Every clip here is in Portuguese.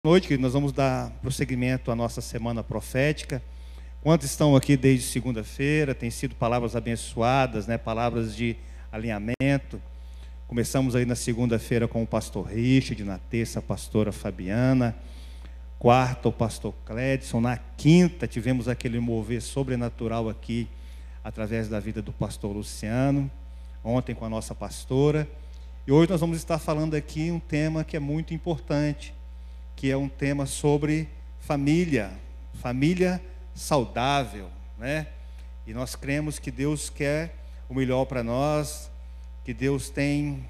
Boa noite, nós vamos dar prosseguimento à nossa semana profética. Quantos estão aqui desde segunda-feira? Tem sido palavras abençoadas, palavras de alinhamento. Começamos aí na segunda-feira com o pastor Richard, na terça a pastora Fabiana, quarta o pastor Clédson, na quinta tivemos aquele mover sobrenatural aqui, através da vida do pastor Luciano, ontem com a nossa pastora. E hoje nós vamos estar falando aqui um tema que é muito importante, que é um tema sobre família saudável, E nós cremos que Deus quer o melhor para nós, que Deus tem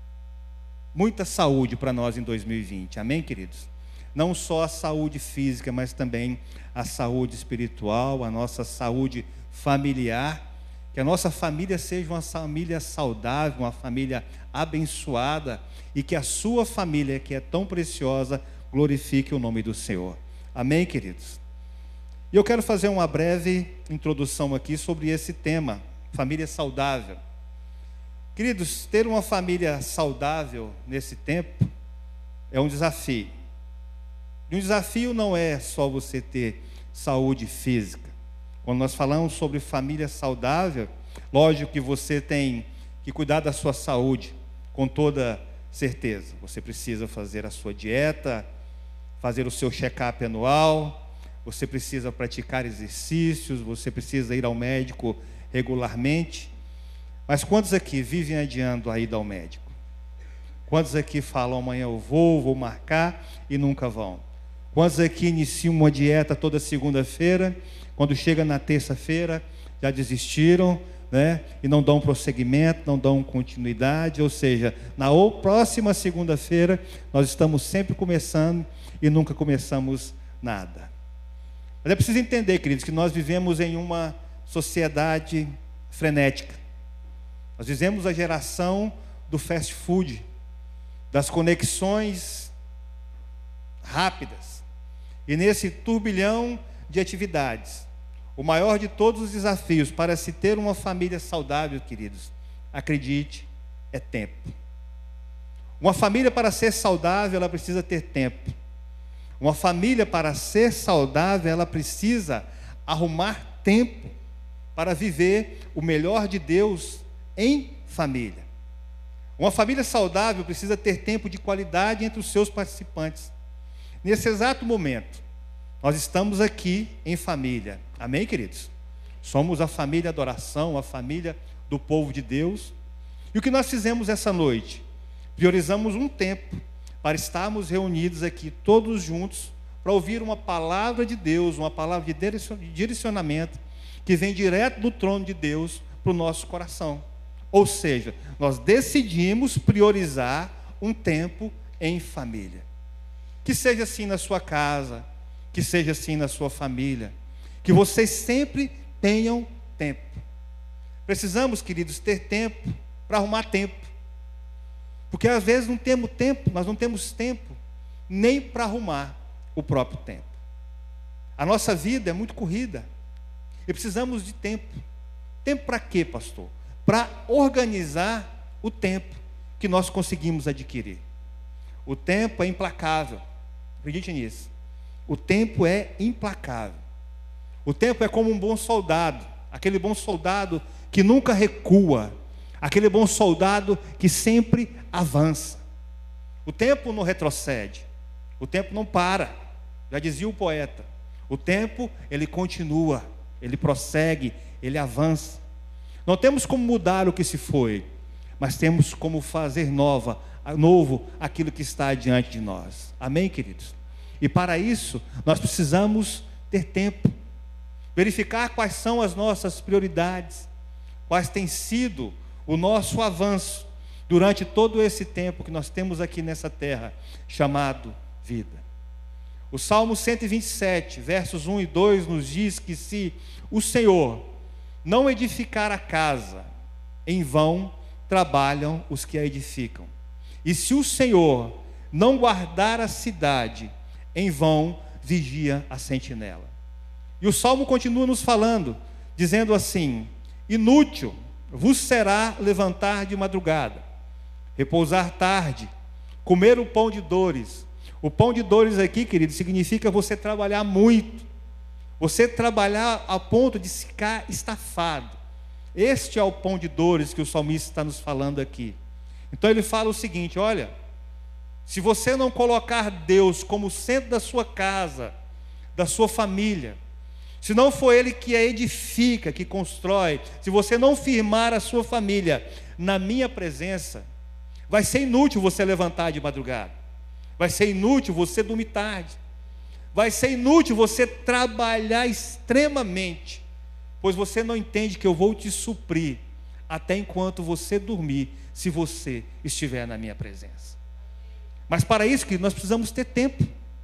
muita saúde para nós em 2020, amém, queridos? Não só a saúde física, mas também a saúde espiritual, a nossa saúde familiar, que a nossa família seja uma família saudável, uma família abençoada, e que a sua família, que é tão preciosa, glorifique o nome do Senhor. Amém, queridos? E eu quero fazer uma breve introdução aqui sobre esse tema, família saudável. Queridos, ter uma família saudável nesse tempo é um desafio. E um desafio não é só você ter saúde física. Quando nós falamos sobre família saudável, lógico que você tem que cuidar da sua saúde com toda certeza. Você precisa fazer a sua dieta, fazer o seu check-up anual, você precisa praticar exercícios, você precisa ir ao médico regularmente. Mas quantos aqui vivem adiando a ida ao médico? Quantos aqui falam amanhã eu vou marcar e nunca vão? Quantos aqui iniciam uma dieta toda segunda-feira, quando chega na terça-feira já desistiram, e não dão prosseguimento, não dão continuidade? Ou seja, na próxima segunda-feira nós estamos sempre começando e nunca começamos nada. Mas é preciso entender, queridos, que nós vivemos em uma sociedade frenética. Nós vivemos a geração do fast food, das conexões rápidas. E nesse turbilhão de atividades, o maior de todos os desafios para se ter uma família saudável, queridos, acredite, é tempo. Uma família, para ser saudável, ela precisa ter tempo. Uma família, para ser saudável, ela precisa arrumar tempo para viver o melhor de Deus em família. Uma família saudável precisa ter tempo de qualidade entre os seus participantes. Nesse exato momento, nós estamos aqui em família, amém, queridos? Somos a família adoração, a família do povo de Deus. E o que nós fizemos essa noite? Priorizamos um tempo para estarmos reunidos aqui todos juntos, para ouvir uma palavra de Deus, uma palavra de direcionamento, que vem direto do trono de Deus para o nosso coração. Ou seja, nós decidimos priorizar um tempo em família. Que seja assim na sua casa, que seja assim na sua família, que vocês sempre tenham tempo. Precisamos, queridos, ter tempo para arrumar tempo. Porque às vezes não temos tempo, nós não temos tempo nem para arrumar o próprio tempo. A nossa vida é muito corrida e precisamos de tempo. Tempo para quê, pastor? Para organizar o tempo que nós conseguimos adquirir. O tempo é implacável, acredite nisso. O tempo é implacável. O tempo é como um bom soldado, aquele bom soldado que nunca recua, aquele bom soldado que sempre avança. O tempo não retrocede, o tempo não para, já dizia o poeta. O tempo, ele continua, ele prossegue, ele avança. Não temos como mudar o que se foi, mas temos como fazer novo aquilo que está diante de nós. Amém, queridos? E para isso, nós precisamos ter tempo, verificar quais são as nossas prioridades, quais têm sido o nosso avanço durante todo esse tempo que nós temos aqui nessa terra, chamado vida. O Salmo 127, versos 1 e 2, nos diz que se o Senhor não edificar a casa, em vão trabalham os que a edificam. E se o Senhor não guardar a cidade, em vão vigia a sentinela. E o Salmo continua nos falando, dizendo assim: inútil vos será levantar de madrugada, repousar tarde, comer o pão de dores, O pão de dores aqui, querido, significa você trabalhar muito. Você trabalhar a ponto de ficar estafado. Este é o pão de dores que o salmista está nos falando aqui. Então ele fala o seguinte: olha, se você não colocar Deus como centro da sua casa, da sua família, se não for Ele que a edifica, que constrói, se você não firmar a sua família na minha presença, vai ser inútil você levantar de madrugada, vai ser inútil você dormir tarde, vai ser inútil você trabalhar extremamente, pois você não entende que eu vou te suprir até enquanto você dormir, se você estiver na minha presença. Mas para isso que nós precisamos ter tempo.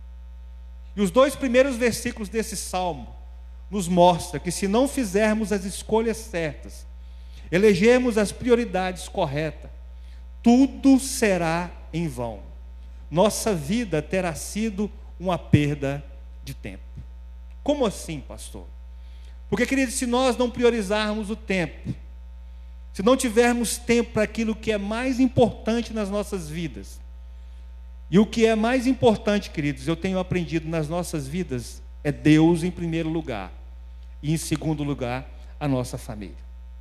E os 2 primeiros versículos desse salmo nos mostra que se não fizermos as escolhas certas, elegermos as prioridades corretas, tudo será em vão. Nossa vida terá sido uma perda de tempo. Como assim, pastor? Porque, querido, se nós não priorizarmos o tempo, se não tivermos tempo para aquilo que é mais importante nas nossas vidas, e o que é mais importante, queridos, eu tenho aprendido nas nossas vidas, é Deus em primeiro lugar, e em segundo lugar, a nossa família.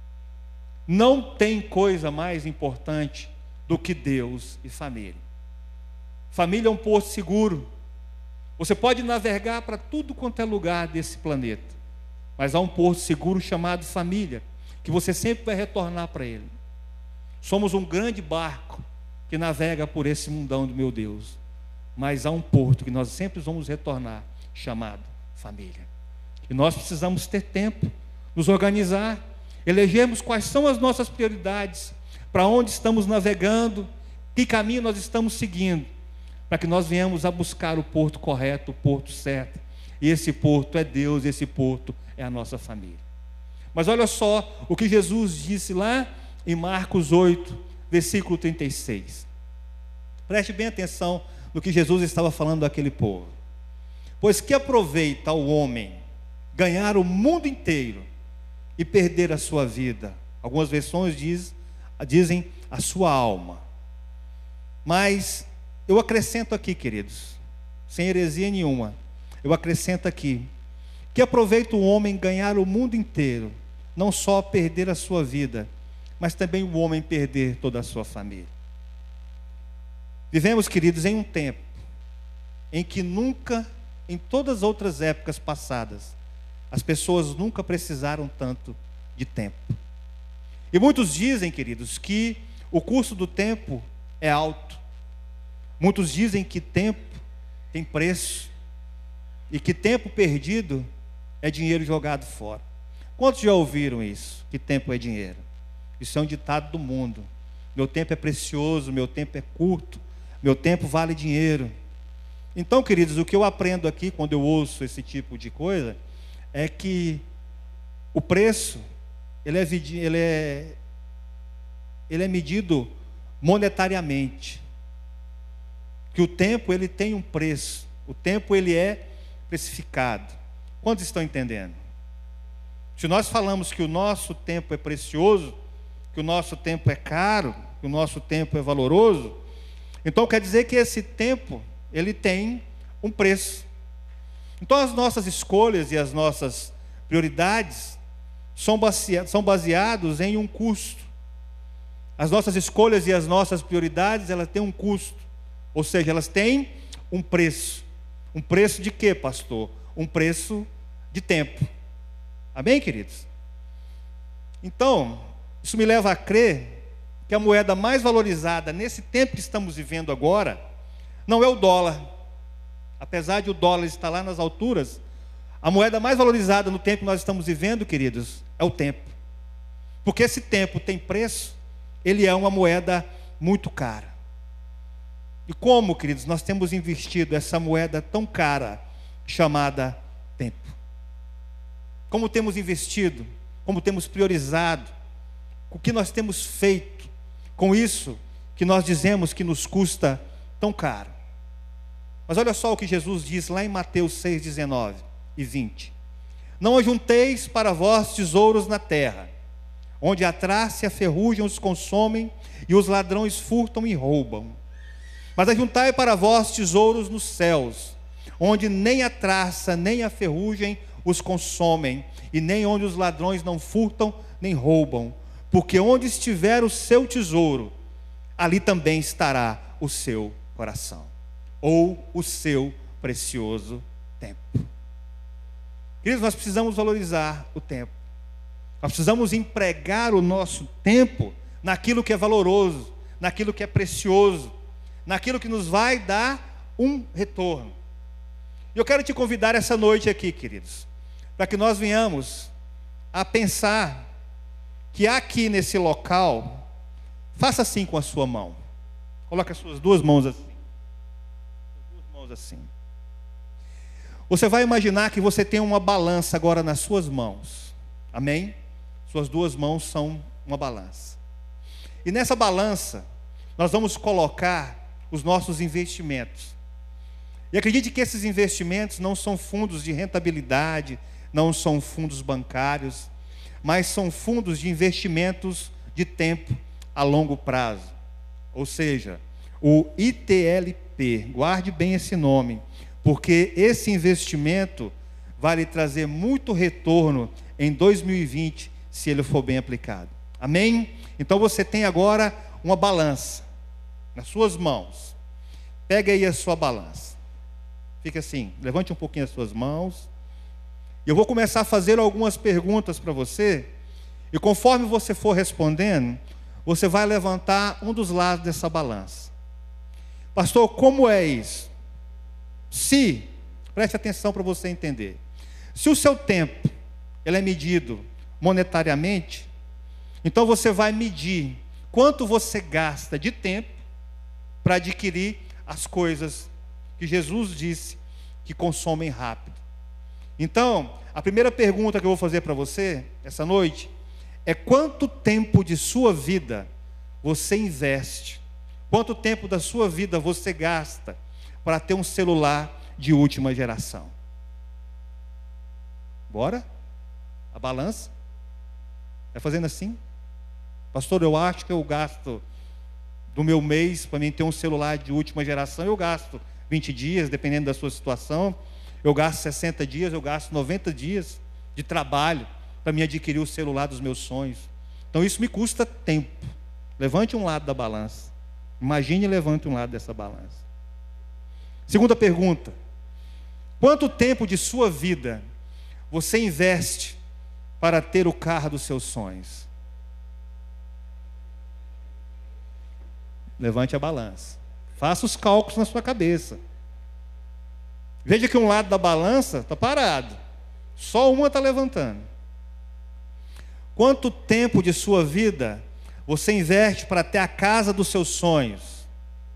Não tem coisa mais importante do que Deus e família. Família é um porto seguro. Você pode navegar para tudo quanto é lugar desse planeta, mas há um porto seguro chamado família, que você sempre vai retornar para ele. Somos um grande barco que navega por esse mundão do meu Deus, mas há um porto que nós sempre vamos retornar, chamado família. E nós precisamos ter tempo, nos organizar, elegermos quais são as nossas prioridades, para onde estamos navegando, que caminho nós estamos seguindo, para que nós venhamos a buscar o porto correto, o porto certo. E esse porto é Deus, esse porto é a nossa família. Mas olha só o que Jesus disse lá em Marcos 8, versículo 36. Preste bem atenção no que Jesus estava falando àquele povo. Pois que aproveita o homem ganhar o mundo inteiro e perder a sua vida? Algumas versões dizem a sua alma. Mas eu acrescento aqui, queridos, sem heresia nenhuma, eu acrescento aqui: que aproveita o homem ganhar o mundo inteiro, não só perder a sua vida, mas também o homem perder toda a sua família. Vivemos, queridos, em um tempo em que nunca, em todas as outras épocas passadas, as pessoas nunca precisaram tanto de tempo. E muitos dizem, queridos, que o custo do tempo é alto. Muitos dizem que tempo tem preço e que tempo perdido é dinheiro jogado fora. Quantos já ouviram isso? Que tempo é dinheiro? Isso é um ditado do mundo. Meu tempo é precioso, meu tempo é curto, meu tempo vale dinheiro. Então, queridos, o que eu aprendo aqui quando eu ouço esse tipo de coisa é que o preço ele é medido monetariamente. Que o tempo ele tem um preço. O tempo ele é precificado. Quantos estão entendendo? Se nós falamos que o nosso tempo é precioso, que o nosso tempo é caro, que o nosso tempo é valoroso, então quer dizer que esse tempo, ele tem um preço. Então as nossas escolhas e as nossas prioridades são baseados em um custo. As nossas escolhas e as nossas prioridades, elas têm um custo. Ou seja, elas têm um preço. Um preço de quê, pastor? Um preço de tempo. Amém, queridos? Então, isso me leva a crer que a moeda mais valorizada nesse tempo que estamos vivendo agora não é o dólar. Apesar de o dólar estar lá nas alturas, a moeda mais valorizada no tempo que nós estamos vivendo, queridos, é o tempo. Porque esse tempo tem preço, ele é uma moeda muito cara. E como, queridos, nós temos investido essa moeda tão cara chamada tempo? Como temos investido, como temos priorizado, o que nós temos feito com isso que nós dizemos que nos custa tão caro? Mas olha só o que Jesus diz lá em Mateus 6, 19 e 20. Não ajunteis para vós tesouros na terra, onde a traça e a ferrugem os consomem e os ladrões furtam e roubam. Mas ajuntai para vós tesouros nos céus, onde nem a traça, nem a ferrugem os consomem, e nem onde os ladrões não furtam, nem roubam. Porque onde estiver o seu tesouro, ali também estará o seu coração, ou o seu precioso tempo. Queridos, nós precisamos valorizar o tempo. Nós precisamos empregar o nosso tempo naquilo que é valoroso, naquilo que é precioso, naquilo que nos vai dar um retorno. E eu quero te convidar essa noite aqui, queridos, para que nós venhamos a pensar que aqui nesse local, faça assim com a sua mão. Coloque as suas duas mãos assim. Duas mãos assim. Você vai imaginar que você tem uma balança agora nas suas mãos. Amém? Suas duas mãos são uma balança. E nessa balança, nós vamos colocar os nossos investimentos. E acredite que esses investimentos não são fundos de rentabilidade, não são fundos bancários, mas são fundos de investimentos de tempo a longo prazo. Ou seja, o ITLP, guarde bem esse nome, porque esse investimento vai lhe trazer muito retorno em 2020, se ele for bem aplicado. Amém? Então você tem agora uma balança nas suas mãos. Pega aí a sua balança. Fica assim, levante um pouquinho as suas mãos. E eu vou começar a fazer algumas perguntas para você. E conforme você for respondendo, você vai levantar um dos lados dessa balança. Pastor, como é isso? Se, preste atenção para você entender. Se o seu tempo, ele é medido monetariamente, então você vai medir quanto você gasta de tempo para adquirir as coisas que Jesus disse que consomem rápido. Então, a primeira pergunta que eu vou fazer para você essa noite é: quanto tempo de sua vida você investe? Quanto tempo da sua vida você gasta para ter um celular de última geração? Bora? A balança? Vai fazendo assim? Pastor, eu acho que eu gasto do meu mês, para mim ter um celular de última geração, eu gasto 20 dias, dependendo da sua situação. Eu gasto 60 dias, eu gasto 90 dias de trabalho para me adquirir o celular dos meus sonhos. Então isso me custa tempo. Levante um lado da balança. Imagine e levante um lado dessa balança. Segunda pergunta: quanto tempo de sua vida você investe para ter o carro dos seus sonhos? Levante a balança. Faça os cálculos na sua cabeça. Veja que um lado da balança está parado. Só uma está levantando. Quanto tempo de sua vida você investe para ter a casa dos seus sonhos?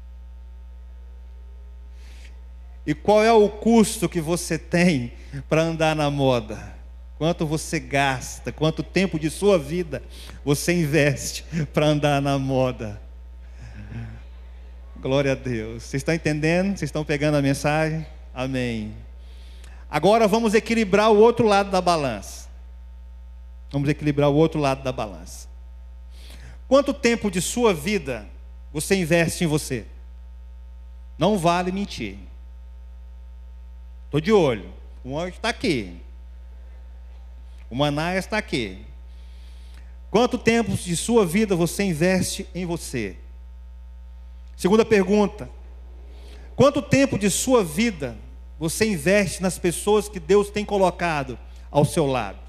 E qual é o custo que você tem para andar na moda? Quanto você gasta? Quanto tempo de sua vida você investe para andar na moda? Glória a Deus. Vocês estão entendendo? Vocês estão pegando a mensagem? Amém. Agora vamos equilibrar o outro lado da balança. Vamos equilibrar o outro lado da balança. Quanto tempo de sua vida você investe em você? Não vale mentir. Estou de olho. O anjo está aqui. O Manaia está aqui. Quanto tempo de sua vida você investe em você? Segunda pergunta: quanto tempo de sua vida você investe nas pessoas que Deus tem colocado ao seu lado?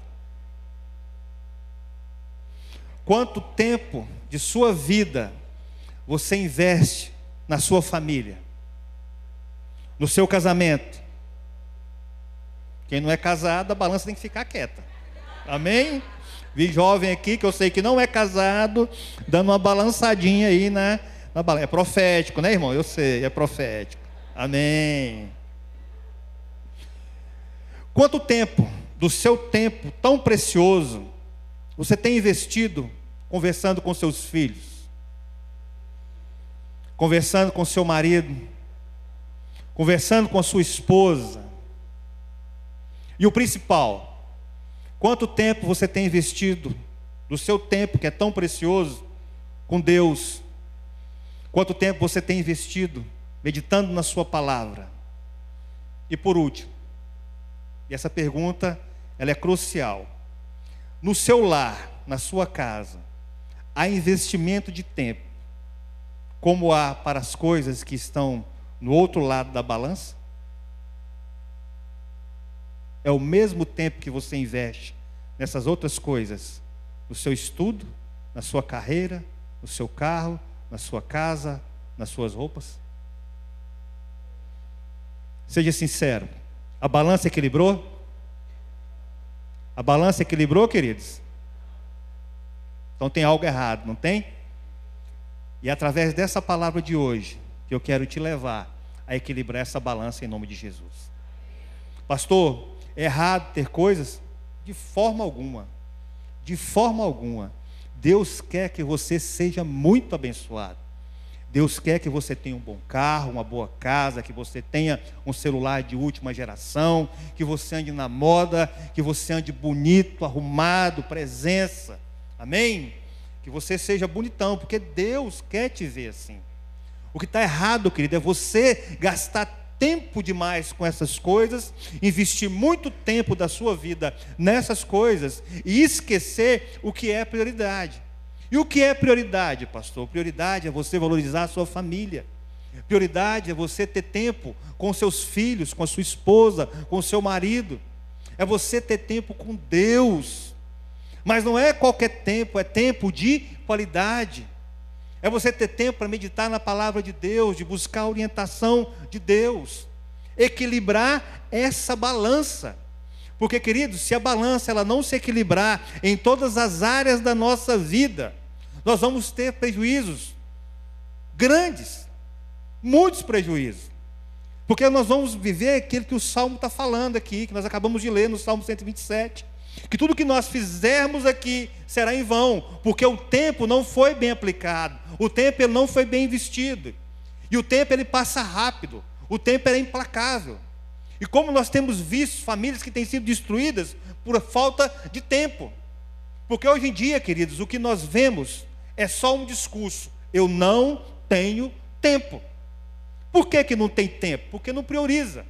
Quanto tempo de sua vida você investe na sua família? No seu casamento? Quem não é casado, a balança tem que ficar quieta. Amém? Vi jovem aqui que eu sei que não é casado, dando uma balançadinha aí na balança. É profético, né, irmão? Eu sei, é profético. Amém. Quanto tempo do seu tempo tão precioso você tem investido conversando com seus filhos? Conversando com seu marido? Conversando com a sua esposa? E o principal, quanto tempo você tem investido do seu tempo, que é tão precioso, com Deus? Quanto tempo você tem investido meditando na sua palavra. E por último, e essa pergunta, ela é crucial. No seu lar, na sua casa, há investimento de tempo, como há para as coisas que estão no outro lado da balança? É o mesmo tempo que você investe nessas outras coisas, no seu estudo, na sua carreira, no seu carro, na sua casa, nas suas roupas? Seja sincero, a balança equilibrou? A balança equilibrou, queridos? Então tem algo errado, não tem? E através dessa palavra de hoje, que eu quero te levar a equilibrar essa balança em nome de Jesus. Pastor, é errado ter coisas? De forma alguma. De forma alguma. Deus quer que você seja muito abençoado. Deus quer que você tenha um bom carro, uma boa casa, que você tenha um celular de última geração, que você ande na moda, que você ande bonito, arrumado, presença. Amém? Que você seja bonitão, porque Deus quer te ver assim. O que está errado, querido, é você gastar tempo demais com essas coisas, investir muito tempo da sua vida nessas coisas e esquecer o que é prioridade. E o que é prioridade, pastor? Prioridade é você valorizar a sua família. Prioridade é você ter tempo com seus filhos, com a sua esposa, com o seu marido. É você ter tempo com Deus. Mas não é qualquer tempo, é tempo de qualidade. É você ter tempo para meditar na palavra de Deus, de buscar a orientação de Deus. Equilibrar essa balança. Porque, queridos, se a balança ela não se equilibrar em todas as áreas da nossa vida, nós vamos ter prejuízos grandes, muitos prejuízos. Porque nós vamos viver aquilo que o Salmo está falando aqui, que nós acabamos de ler no Salmo 127. Que tudo que nós fizermos aqui será em vão, porque o tempo não foi bem aplicado, o tempo ele não foi bem investido, e o tempo ele passa rápido, o tempo é implacável. E como nós temos visto famílias que têm sido destruídas por falta de tempo, porque hoje em dia, queridos, o que nós vemos é só um discurso: eu não tenho tempo. Por que não tem tempo? Porque não prioriza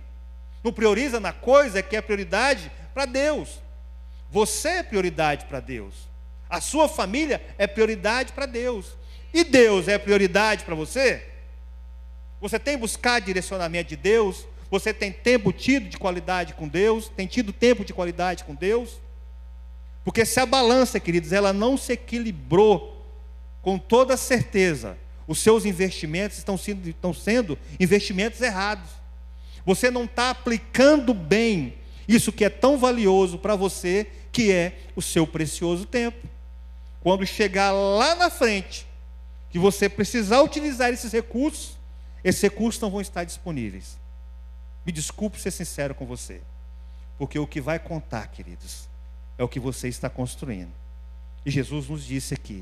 na coisa que é prioridade para Deus. Você é prioridade para Deus. A sua família é prioridade para Deus. E Deus é prioridade para você? Você tem buscado direcionamento de Deus? Você tem tempo tido de qualidade com Deus? Tem tido tempo de qualidade com Deus? Porque se a balança, queridos, ela não se equilibrou, com toda certeza, os seus investimentos estão sendo investimentos errados. Você não está aplicando bem isso que é tão valioso para você, que é o seu precioso tempo. Quando chegar lá na frente, que você precisar utilizar esses recursos não vão estar disponíveis. Me desculpe ser sincero com você, porque o que vai contar, queridos, é o que você está construindo. E Jesus nos disse aqui: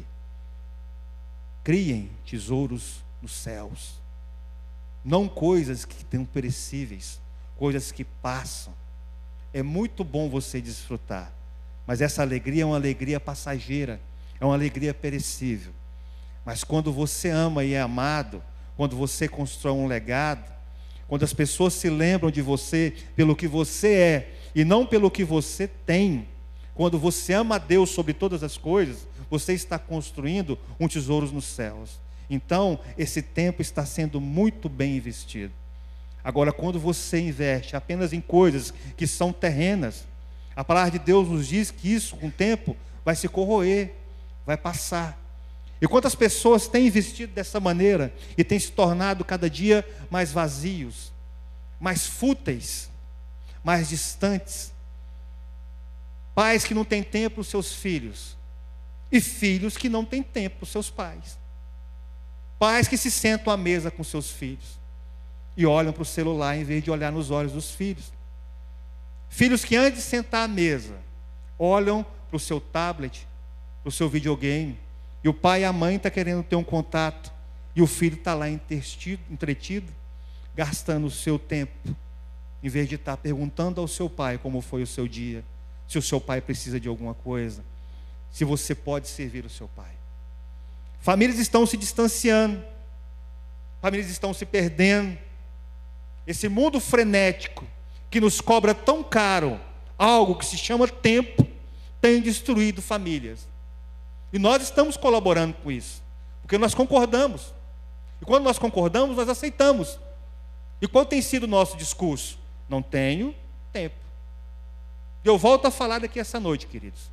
criem tesouros nos céus, não coisas que são perecíveis, coisas que passam. É muito bom você desfrutar, mas essa alegria é uma alegria passageira, é uma alegria perecível. Mas quando você ama e é amado, quando você constrói um legado, quando as pessoas se lembram de você pelo que você é e não pelo que você tem, quando você ama a Deus sobre todas as coisas, você está construindo um tesouro nos céus. Então, esse tempo está sendo muito bem investido. Agora, quando você investe apenas em coisas que são terrenas, a palavra de Deus nos diz que isso, com o tempo, vai se corroer, vai passar. E quantas pessoas têm investido dessa maneira e têm se tornado cada dia mais vazios, mais fúteis, mais distantes. Pais que não têm tempo para os seus filhos, e filhos que não têm tempo para os seus pais. Pais que se sentam à mesa com seus filhos e olham para o celular em vez de olhar nos olhos dos filhos. Filhos que antes de sentar à mesa, olham para o seu tablet, para o seu videogame, e o pai e a mãe estão querendo ter um contato, e o filho está lá entretido, gastando o seu tempo, em vez de estar perguntando ao seu pai como foi o seu dia, se o seu pai precisa de alguma coisa, se você pode servir o seu pai. Famílias estão se distanciando. famílias estão se perdendo. Esse mundo frenético que nos cobra tão caro algo que se chama tempo tem destruído famílias. E nós estamos colaborando com isso, porque nós concordamos. E quando nós concordamos, nós aceitamos. E qual tem sido o nosso discurso? Não tenho tempo. E eu volto a falar daqui essa noite, queridos.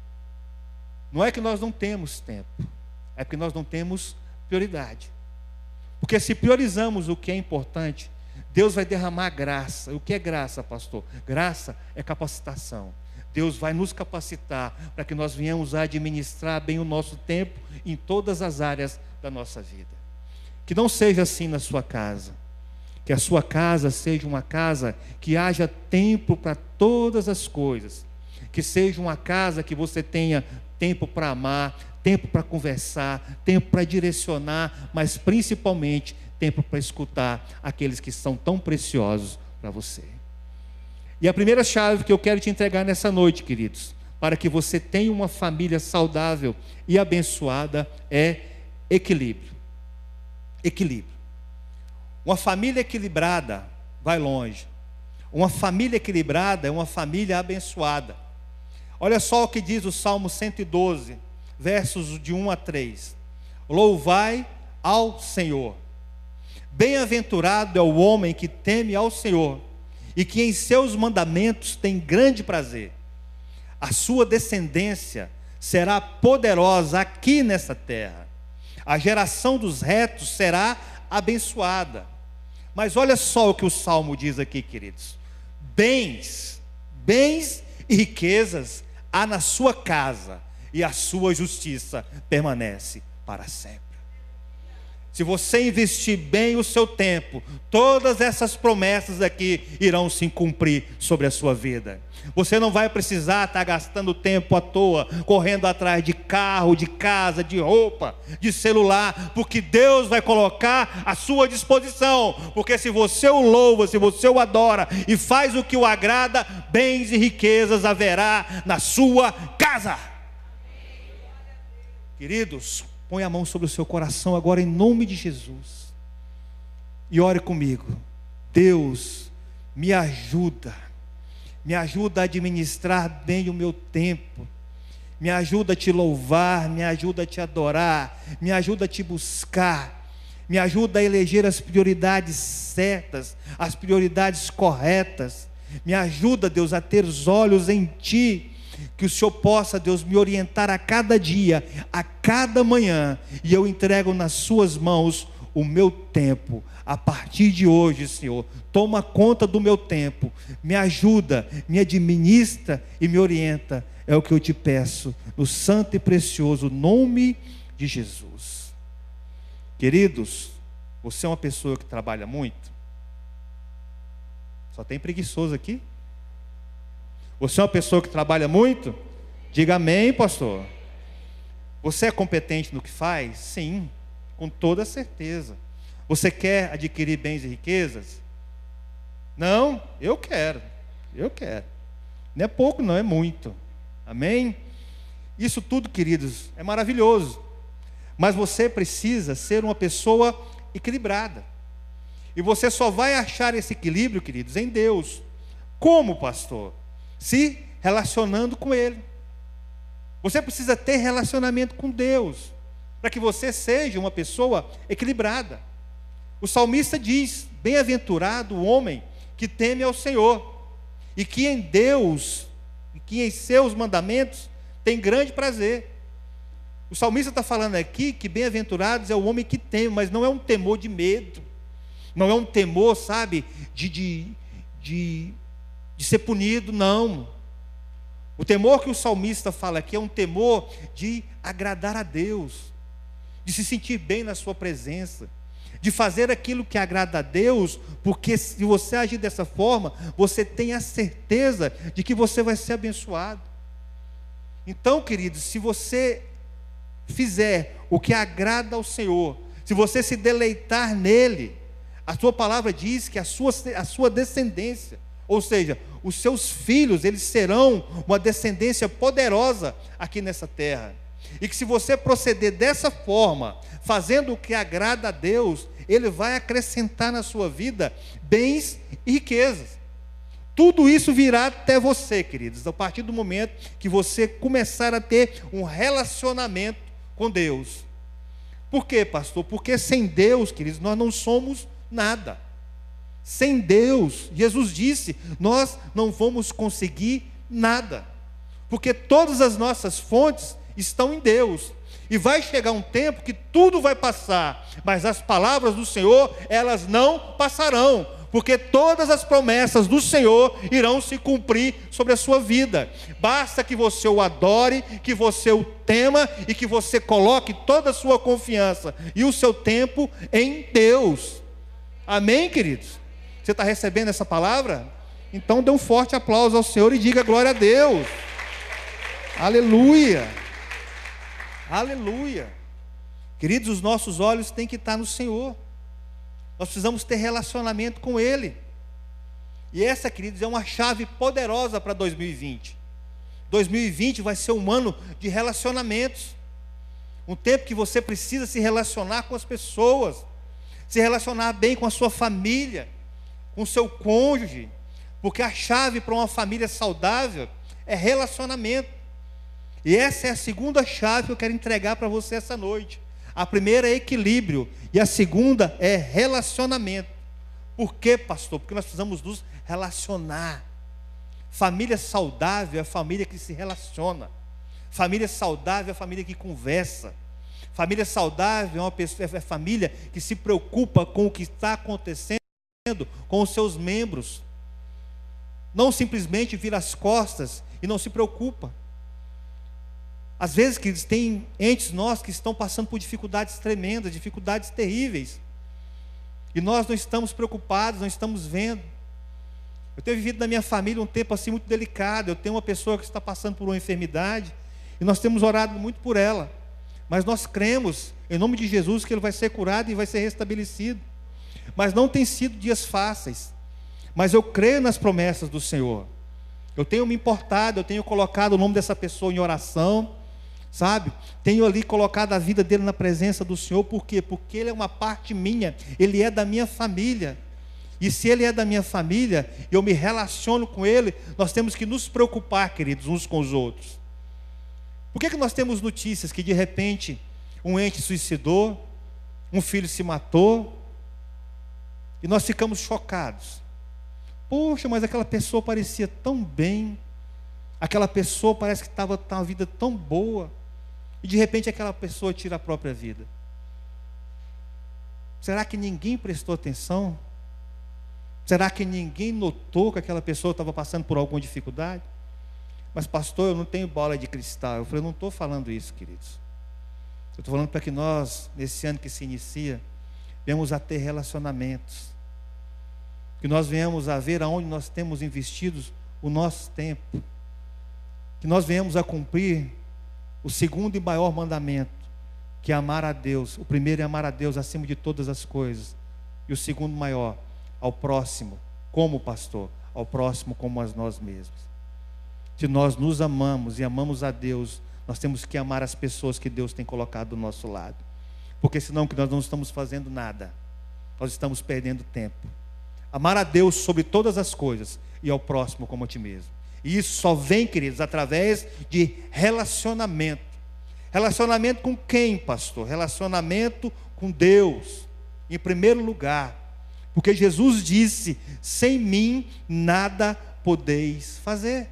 Não é que nós não temos tempo, é porque nós não temos prioridade. Porque se priorizamos o que é importante, Deus vai derramar graça. O que é graça, pastor? Graça é capacitação. Deus vai nos capacitar para que nós venhamos a administrar bem o nosso tempo em todas as áreas da nossa vida. Que não seja assim na sua casa. Que a sua casa seja uma casa que haja tempo para todas as coisas. Que seja uma casa que você tenha tempo para amar, tempo para conversar, tempo para direcionar, mas principalmente tempo para escutar aqueles que são tão preciosos para você. E a primeira chave que eu quero te entregar nessa noite, queridos, para que você tenha uma família saudável e abençoada, é equilíbrio. Equilíbrio. Uma família equilibrada vai longe. Uma família equilibrada é uma família abençoada. Olha só o que diz o Salmo 112, versos de 1 a 3. Louvai ao Senhor. Bem-aventurado é o homem que teme ao Senhor e que em seus mandamentos tem grande prazer. A sua descendência será poderosa aqui nessa terra. A geração dos retos será abençoada. Mas olha só o que o Salmo diz aqui, queridos. Bens e riquezas há na sua casa, e a sua justiça permanece para sempre. Se você investir bem o seu tempo, todas essas promessas aqui irão se cumprir sobre a sua vida. Você não vai precisar estar gastando tempo à toa, correndo atrás de carro, de casa, de roupa, de celular, porque Deus vai colocar à sua disposição. Porque se você o louva, se você o adora e faz o que o agrada, bens e riquezas haverá na sua casa. Queridos, põe a mão sobre o seu coração agora em nome de Jesus. E ore comigo. Deus, me ajuda a administrar bem o meu tempo. Me ajuda a te louvar, me ajuda a te adorar, me ajuda a te buscar. Me ajuda a eleger as prioridades certas, as prioridades corretas. Me ajuda, Deus, a ter os olhos em Ti. Que o Senhor possa, Deus, me orientar a cada dia, a cada manhã, e eu entrego nas suas mãos o meu tempo. A partir de hoje, Senhor, toma conta do meu tempo, me ajuda, me administra e me orienta. É o que eu te peço, no santo e precioso nome de Jesus. Queridos, você é uma pessoa que trabalha muito? Só tem preguiçoso aqui? Você é uma pessoa que trabalha muito? Diga amém, pastor. Você é competente no que faz? Sim, com toda certeza. Você quer adquirir bens e riquezas? Não, eu quero. Não é pouco, não, é muito. Amém? Isso tudo, queridos, é maravilhoso. Mas você precisa ser uma pessoa equilibrada. E você só vai achar esse equilíbrio, queridos, em Deus. Como, pastor? Se relacionando com Ele. Você precisa ter relacionamento com Deus, para que você seja uma pessoa equilibrada. O salmista diz: bem-aventurado o homem que teme ao Senhor, e que em Deus, e que em seus mandamentos tem grande prazer. O salmista está falando aqui que bem-aventurados é o homem que teme, mas não é um temor de medo, não é um temor, sabe, de ser punido, não. O temor que o salmista fala aqui é um temor de agradar a Deus, de se sentir bem na sua presença, de fazer aquilo que agrada a Deus, porque se você agir dessa forma, você tem a certeza de que você vai ser abençoado. Então, queridos, se você fizer o que agrada ao Senhor, se você se deleitar nele, a sua palavra diz que a sua descendência, ou seja, os seus filhos, eles serão uma descendência poderosa aqui nessa terra. E que se você proceder dessa forma, fazendo o que agrada a Deus, Ele vai acrescentar na sua vida bens e riquezas. Tudo isso virá até você, queridos, a partir do momento que você começar a ter um relacionamento com Deus. Por quê, pastor? Porque sem Deus, queridos, nós não somos nada. Sem Deus, Jesus disse, nós não vamos conseguir nada. Porque todas as nossas fontes estão em Deus. E vai chegar um tempo que tudo vai passar, mas as palavras do Senhor, elas não passarão. Porque todas as promessas do Senhor irão se cumprir sobre a sua vida. Basta que você o adore, que você o tema e que você coloque toda a sua confiança e o seu tempo em Deus. Amém, queridos? Você está recebendo essa palavra? Então dê um forte aplauso ao Senhor e diga glória a Deus. Aleluia. Aleluia. Queridos, os nossos olhos têm que estar no Senhor. Nós precisamos ter relacionamento com Ele. E essa, queridos, é uma chave poderosa para 2020. 2020 vai ser um ano de relacionamentos. Um tempo que você precisa se relacionar com as pessoas, se relacionar bem com a sua família, com o seu cônjuge, porque a chave para uma família saudável é relacionamento. E essa é a segunda chave que eu quero entregar para você essa noite. A primeira é equilíbrio e a segunda é relacionamento. Por quê, pastor? Porque nós precisamos nos relacionar. Família saudável é a família que se relaciona. Família saudável é a família que conversa. Família saudável é a família que se preocupa com o que está acontecendo com os seus membros. Não simplesmente vira as costas e não se preocupa. Às vezes, que tem entes nossos que estão passando por dificuldades tremendas, dificuldades terríveis. E nós não estamos preocupados, não estamos vendo. Eu tenho vivido na minha família um tempo assim muito delicado. Eu tenho uma pessoa que está passando por uma enfermidade e nós temos orado muito por ela. Mas nós cremos, em nome de Jesus, que ele vai ser curado e vai ser restabelecido. Mas não tem sido dias fáceis. Mas eu creio nas promessas do Senhor. Eu tenho me importado, eu tenho colocado o nome dessa pessoa em oração, sabe? Tenho ali colocado a vida dele na presença do Senhor. Por quê? Porque ele é uma parte minha, ele é da minha família. E se ele é da minha família, eu me relaciono com ele, nós temos que nos preocupar, queridos, uns com os outros. Por que nós temos notícias que de repente um ente suicidou, um filho se matou, e nós ficamos chocados? Poxa, mas aquela pessoa parecia tão bem, aquela pessoa parece que estava com uma vida tão boa, e de repente aquela pessoa tira a própria vida. Será que ninguém prestou atenção? Será que ninguém notou que aquela pessoa estava passando por alguma dificuldade? Mas pastor, eu não tenho bola de cristal. Eu falei, não estou falando isso, queridos. Eu estou falando para que nós, nesse ano que se inicia, venhamos a ter relacionamentos. Que nós venhamos a ver aonde nós temos investido o nosso tempo. Que nós venhamos a cumprir o segundo e maior mandamento, que é amar a Deus. O primeiro é amar a Deus acima de todas as coisas. E o segundo maior, ao próximo, como pastor, ao próximo como a nós mesmos. Se nós nos amamos e amamos a Deus, nós temos que amar as pessoas que Deus tem colocado do nosso lado. Porque senão que nós não estamos fazendo nada. Nós estamos perdendo tempo. Amar a Deus sobre todas as coisas e ao próximo como a ti mesmo. E isso só vem, queridos, através de relacionamento. Relacionamento com quem, pastor? Relacionamento com Deus, em primeiro lugar. Porque Jesus disse, sem mim nada podeis fazer.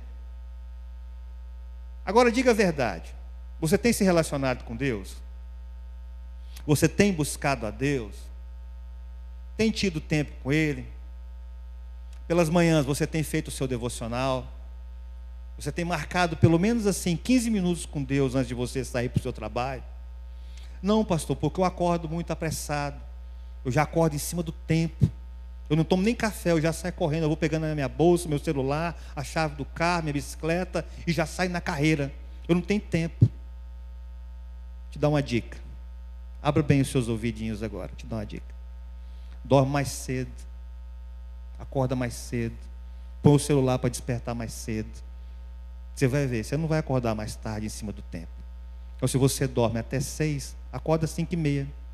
Agora diga a verdade, você tem se relacionado com Deus? Você tem buscado a Deus? Tem tido tempo com Ele? Pelas manhãs você tem feito o seu devocional? Você tem marcado pelo menos assim 15 minutos com Deus antes de você sair para o seu trabalho? Não, pastor, porque eu acordo muito apressado. Eu já acordo em cima do tempo. Eu não tomo nem café, eu já saio correndo. Eu vou pegando na minha bolsa, meu celular, a chave do carro, minha bicicleta e já saio na carreira. Eu não tenho tempo. Te dar uma dica. Abra bem os seus ouvidinhos agora, te dar uma dica. Dorme mais cedo. Acorda mais cedo. Põe o celular para despertar mais cedo. Você vai ver, você não vai acordar mais tarde em cima do tempo. Então se você dorme até 6, acorda às 5h30.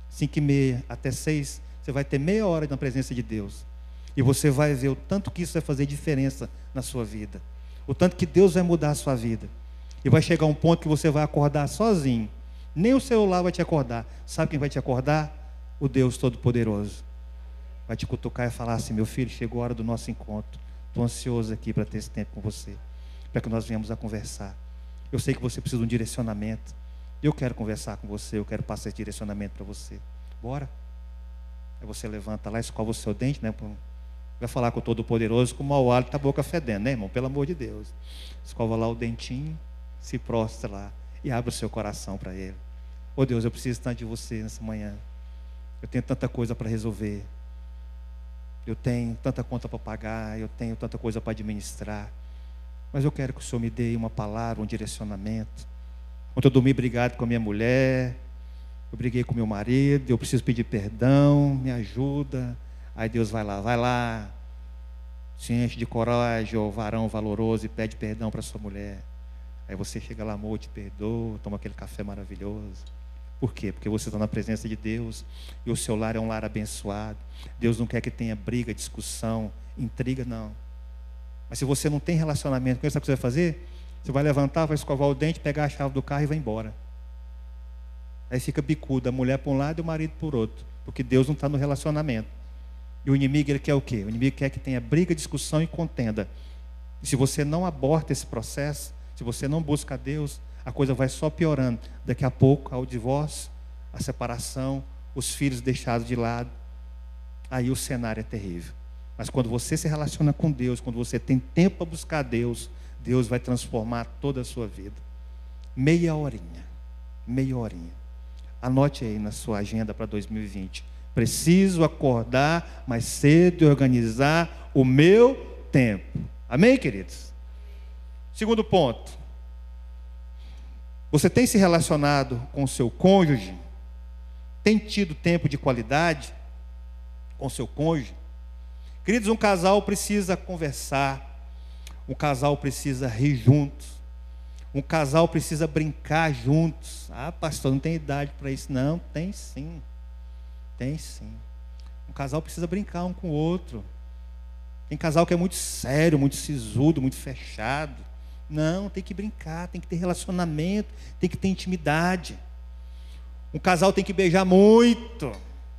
5h30 até 6, você vai ter meia hora na presença de Deus. E você vai ver o tanto que isso vai fazer diferença na sua vida. O tanto que Deus vai mudar a sua vida. E vai chegar um ponto que você vai acordar sozinho. Nem o celular vai te acordar. Sabe quem vai te acordar? O Deus Todo-Poderoso. Vai te cutucar e falar assim: meu filho, chegou a hora do nosso encontro. Estou ansioso aqui para ter esse tempo com você, para que nós venhamos a conversar. Eu sei que você precisa de um direcionamento. Eu quero conversar com você, eu quero passar esse direcionamento para você. Bora? Aí você levanta lá, escova o seu dente, né? Vai falar com o Todo-Poderoso com o mau hálito, a boca fedendo, né, irmão? Pelo amor de Deus. Escova lá o dentinho, se prostra lá e abre o seu coração para Ele. Oh Deus, eu preciso tanto de você nessa manhã. Eu tenho tanta coisa para resolver. Eu tenho tanta conta para pagar, eu tenho tanta coisa para administrar. Mas eu quero que o Senhor me dê uma palavra, um direcionamento. Ontem eu dormi brigado com a minha mulher, eu briguei com meu marido, eu preciso pedir perdão, me ajuda. Aí Deus vai lá, se enche de coragem, ó varão valoroso, e pede perdão para sua mulher. Aí você chega lá, amor, te perdoa, toma aquele café maravilhoso. Por quê? Porque você está na presença de Deus, e o seu lar é um lar abençoado. Deus não quer que tenha briga, discussão, intriga, não. Mas se você não tem relacionamento com ele, sabe o que você vai fazer? Você vai levantar, vai escovar o dente, pegar a chave do carro e vai embora. Aí fica bicudo, a mulher para um lado e o marido por outro, porque Deus não está no relacionamento. E o inimigo, ele quer o quê? O inimigo quer que tenha briga, discussão e contenda. E se você não aborta esse processo, se você não busca a Deus, a coisa vai só piorando. Daqui a pouco, ao divórcio, a separação, os filhos deixados de lado. Aí o cenário é terrível. Mas quando você se relaciona com Deus, quando você tem tempo para buscar Deus, Deus vai transformar toda a sua vida. Meia horinha. Anote aí na sua agenda para 2020. Preciso acordar mais cedo e organizar o meu tempo. Amém, queridos? Segundo ponto. Você tem se relacionado com o seu cônjuge? Tem tido tempo de qualidade com o seu cônjuge? Queridos, um casal precisa conversar. Um casal precisa rir juntos. Um casal precisa brincar juntos. Ah, pastor, não tem idade para isso. Não, tem sim. Tem sim. Um casal precisa brincar um com o outro. Tem casal que é muito sério, muito sisudo, muito fechado. Não, tem que brincar, tem que ter relacionamento, tem que ter intimidade. Um casal tem que beijar muito,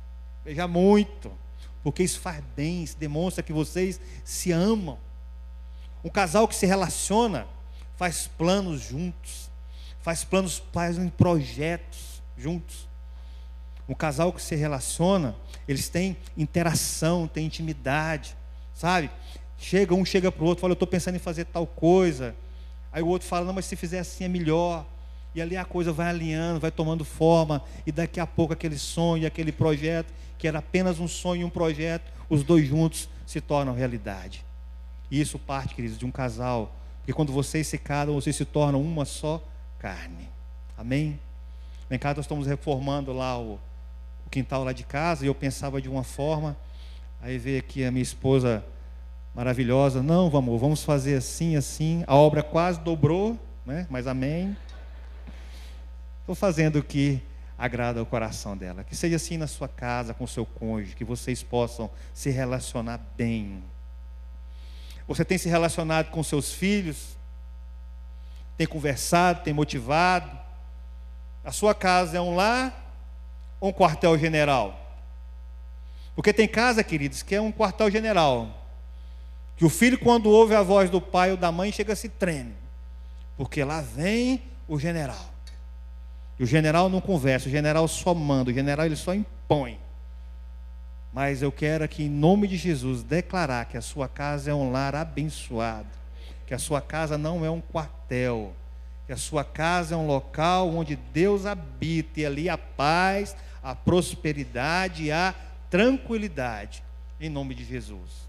porque isso faz bem, isso demonstra que vocês se amam. Um casal que se relaciona, faz planos juntos, faz projetos juntos. Um casal que se relaciona, eles têm interação, têm intimidade, sabe? Um chega para o outro, fala, eu estou pensando em fazer tal coisa. Aí o outro fala, não, mas se fizer assim é melhor. E ali a coisa vai alinhando, vai tomando forma. E daqui a pouco aquele sonho, aquele projeto, que era apenas um sonho e um projeto, os dois juntos se tornam realidade. E isso parte, queridos, de um casal. Porque quando vocês se casam, vocês se tornam uma só carne. Amém? Em casa nós estamos reformando lá o quintal lá de casa, e eu pensava de uma forma. Aí veio aqui a minha esposa maravilhosa, não, vamos fazer assim, assim. A obra quase dobrou, né? Mas amém. Estou fazendo o que agrada ao coração dela. Que seja assim na sua casa, com o seu cônjuge, que vocês possam se relacionar bem. Você tem se relacionado com seus filhos? Tem conversado, tem motivado? A sua casa é um lar ou um quartel-general? Porque tem casa, queridos, que é um quartel-general, que o filho, quando ouve a voz do pai ou da mãe, chega a se treme, porque lá vem o general. E o general não conversa, o general só manda, o general ele só impõe. Mas eu quero aqui, em nome de Jesus, declarar que a sua casa é um lar abençoado, que a sua casa não é um quartel, que a sua casa é um local onde Deus habita, e ali a paz, a prosperidade e a tranquilidade, em nome de Jesus.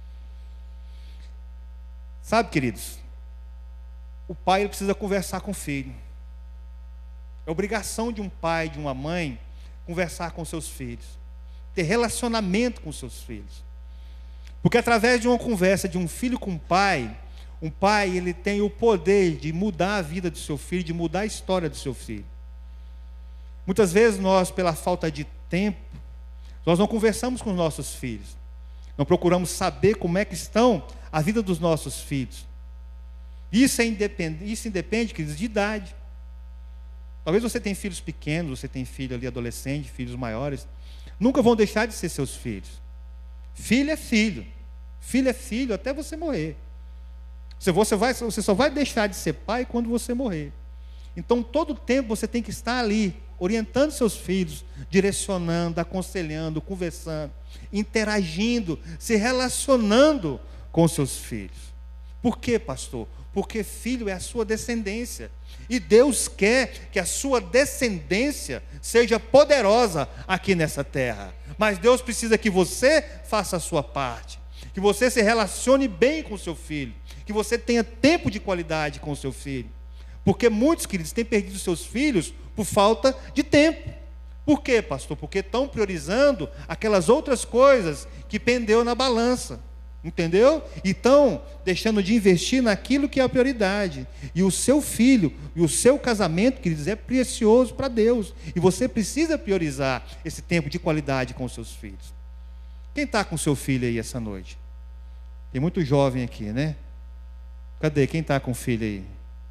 Sabe, queridos, o pai ele precisa conversar com o filho. É obrigação de um pai, de uma mãe, conversar com seus filhos, ter relacionamento com seus filhos. Porque através de uma conversa de um filho com um pai ele tem o poder de mudar a vida do seu filho, de mudar a história do seu filho. Muitas vezes nós, pela falta de tempo. Nós não conversamos com os nossos filhos. Não procuramos saber como é que estão a vida dos nossos filhos. Isso independe, queridos, de idade. Talvez você tenha filhos pequenos, você tem filho ali adolescente, filhos maiores. Nunca vão deixar de ser seus filhos. Filho é filho. Filho é filho até você morrer. Você só vai deixar de ser pai quando você morrer. Então, todo tempo você tem que estar ali, orientando seus filhos, direcionando, aconselhando, conversando, interagindo, se relacionando com seus filhos. Por quê, pastor? Porque filho é a sua descendência. E Deus quer que a sua descendência seja poderosa aqui nessa terra. Mas Deus precisa que você faça a sua parte. Que você se relacione bem com o seu filho. Que você tenha tempo de qualidade com o seu filho. Porque muitos, queridos, têm perdido seus filhos por falta de tempo. Por quê, pastor? Porque estão priorizando aquelas outras coisas que pendeu na balança. Entendeu? E estão deixando de investir naquilo que é a prioridade. E o seu filho e o seu casamento, queridos, é precioso para Deus. E você precisa priorizar esse tempo de qualidade com os seus filhos. Quem está com seu filho aí essa noite? Tem muito jovem aqui, né? Cadê? Quem está com o filho aí?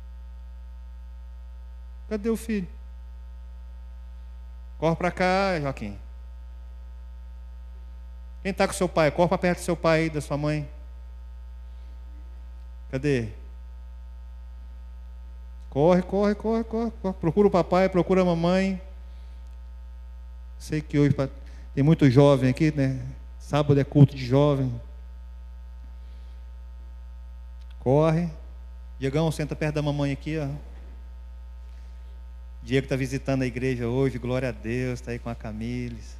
Cadê o filho? Corre para cá, Joaquim. Quem está com seu pai? Corre para perto do seu pai, da sua mãe. Cadê? Corre. Procura o papai, procura a mamãe. Sei que hoje tem muito jovem aqui, né? Sábado é culto de jovem. Corre. Diegão, senta perto da mamãe aqui, ó. Diego está visitando a igreja hoje, glória a Deus, está aí com a Camiles.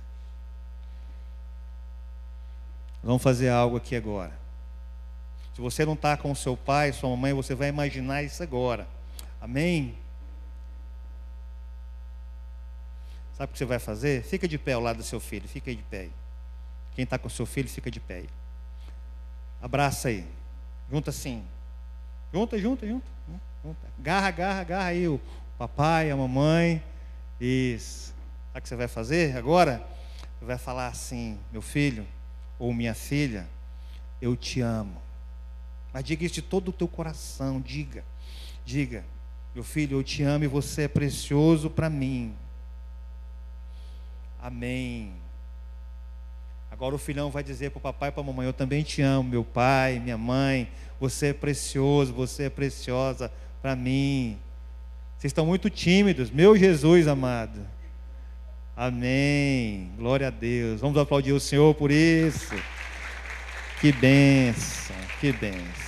Vamos fazer algo aqui agora. Se você não está com o seu pai, sua mamãe, você vai imaginar isso agora. Amém? Sabe o que você vai fazer? Fica de pé ao lado do seu filho, fica aí de pé. Quem está com o seu filho, fica de pé. Abraça aí. Junta assim. Junta. Agarra aí o papai, a mamãe. Isso. Sabe o que você vai fazer agora? Você vai falar assim: meu filho ou minha filha, eu te amo. Mas diga isso de todo o teu coração. Diga, meu filho, eu te amo e você é precioso para mim. Amém. Agora o filhão vai dizer para o papai e para a mamãe: eu também te amo, meu pai, minha mãe, você é precioso, você é preciosa para mim. Vocês estão muito tímidos, meu Jesus amado. Amém, glória a Deus. Vamos aplaudir o Senhor por isso. Que bênção, que bênção.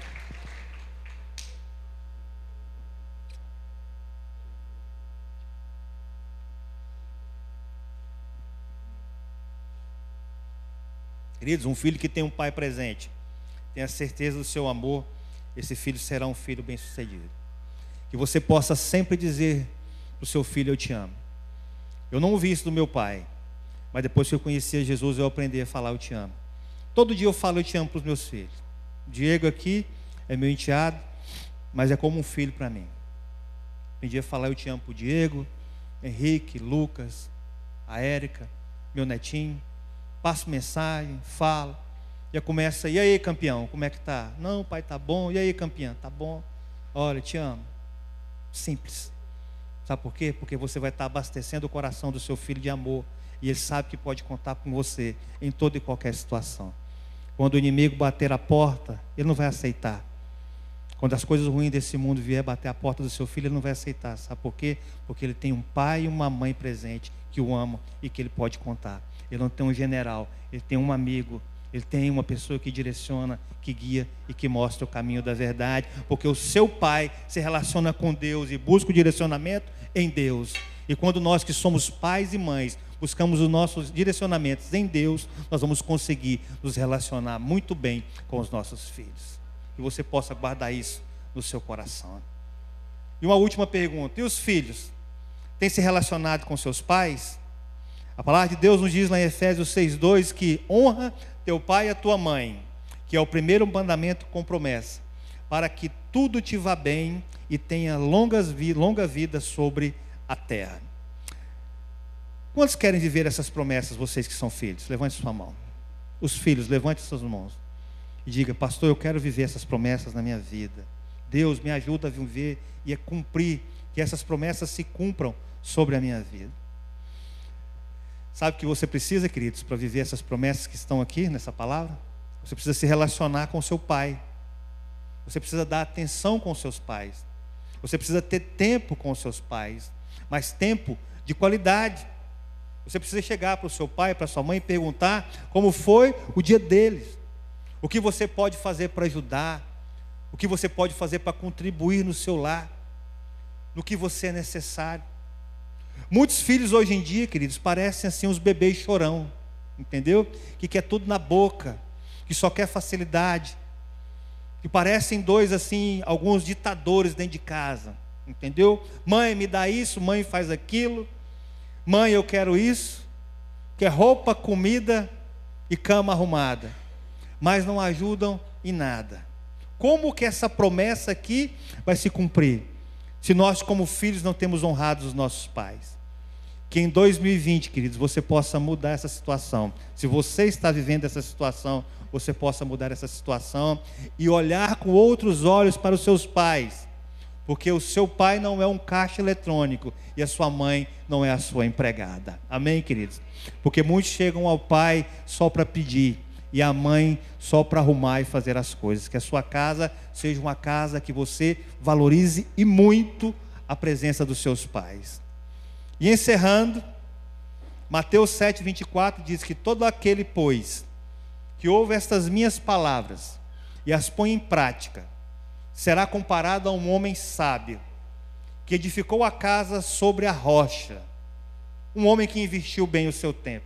Queridos, um filho que tem um pai presente, tenha certeza do seu amor, esse filho será um filho bem-sucedido. Que você possa sempre dizer para o seu filho: eu te amo. Eu não ouvi isso do meu pai, mas depois que eu conhecia Jesus, eu aprendi a falar: eu te amo. Todo dia eu falo: eu te amo para os meus filhos. Diego aqui é meu enteado, mas é como um filho para mim. Aprendi a falar: eu te amo para o Diego, Henrique, Lucas, a Érica, meu netinho. Passo mensagem, falo. Já começa: e aí, campeão, como é que tá? Não, pai, tá bom. E aí, campeão, tá bom? Olha, te amo. Simples. Sabe por quê? Porque você vai estar abastecendo o coração do seu filho de amor. E ele sabe que pode contar com você em toda e qualquer situação. Quando o inimigo bater a porta, ele não vai aceitar. Quando as coisas ruins desse mundo vier bater a porta do seu filho, ele não vai aceitar. Sabe por quê? Porque ele tem um pai e uma mãe presente que o amam e que ele pode contar. Ele não tem um general, ele tem um amigo, ele tem uma pessoa que direciona, que guia e que mostra o caminho da verdade, porque o seu pai se relaciona com Deus e busca o direcionamento em Deus. E quando nós que somos pais e mães buscamos os nossos direcionamentos em Deus, nós vamos conseguir nos relacionar muito bem com os nossos filhos. Que você possa guardar isso no seu coração. E uma última pergunta: e os filhos? Têm se relacionado com seus pais? A palavra de Deus nos diz lá em Efésios 6:2 que honra teu pai e a tua mãe, que é o primeiro mandamento com promessa, para que tudo te vá bem e tenha longa vida sobre a terra. Quantos querem viver essas promessas, vocês que são filhos? Levante sua mão. Os filhos, levante suas mãos. E diga: pastor, eu quero viver essas promessas na minha vida. Deus me ajuda a viver e a cumprir, que essas promessas se cumpram sobre a minha vida. Sabe o que você precisa, queridos, para viver essas promessas que estão aqui nessa palavra? Você precisa se relacionar com seu pai. Você precisa dar atenção com seus pais. Você precisa ter tempo com os seus pais, mas tempo de qualidade. Você precisa chegar para o seu pai, para a sua mãe e perguntar como foi o dia deles. O que você pode fazer para ajudar? O que você pode fazer para contribuir no seu lar? No que você é necessário? Muitos filhos hoje em dia, queridos, parecem assim uns bebês chorão, entendeu? Que quer tudo na boca, que só quer facilidade, que parecem dois assim, alguns ditadores dentro de casa, entendeu? Mãe, me dá isso, mãe, faz aquilo, mãe, eu quero isso, quer roupa, comida e cama arrumada, mas não ajudam em nada. Como que essa promessa aqui vai se cumprir, se nós como filhos não temos honrado os nossos pais? Que em 2020, queridos, você possa mudar essa situação. Se você está vivendo essa situação, você possa mudar essa situação e olhar com outros olhos para os seus pais, porque o seu pai não é um caixa eletrônico e a sua mãe não é a sua empregada. Amém, queridos? Porque muitos chegam ao pai só para pedir e a mãe só para arrumar e fazer as coisas. Que a sua casa seja uma casa que você valorize e muito a presença dos seus pais. E encerrando, Mateus 7:24 diz que todo aquele, pois, que ouve estas minhas palavras e as põe em prática, será comparado a um homem sábio, que edificou a casa sobre a rocha. Um homem que investiu bem o seu tempo.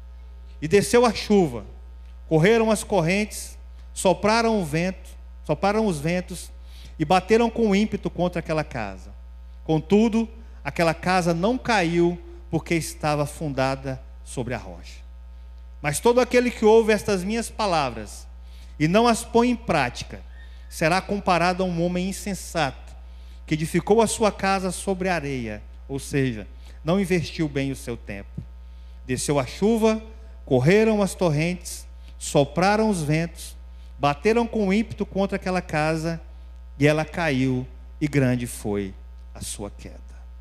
E desceu a chuva, correram as correntes, sopraram os ventos e bateram com ímpeto contra aquela casa. Contudo, aquela casa não caiu, porque estava fundada sobre a rocha. Mas todo aquele que ouve estas minhas palavras e não as põe em prática, será comparado a um homem insensato, que edificou a sua casa sobre a areia, ou seja, não investiu bem o seu tempo. Desceu a chuva, correram as torrentes, sopraram os ventos, bateram com ímpeto contra aquela casa, e ela caiu, e grande foi a sua queda.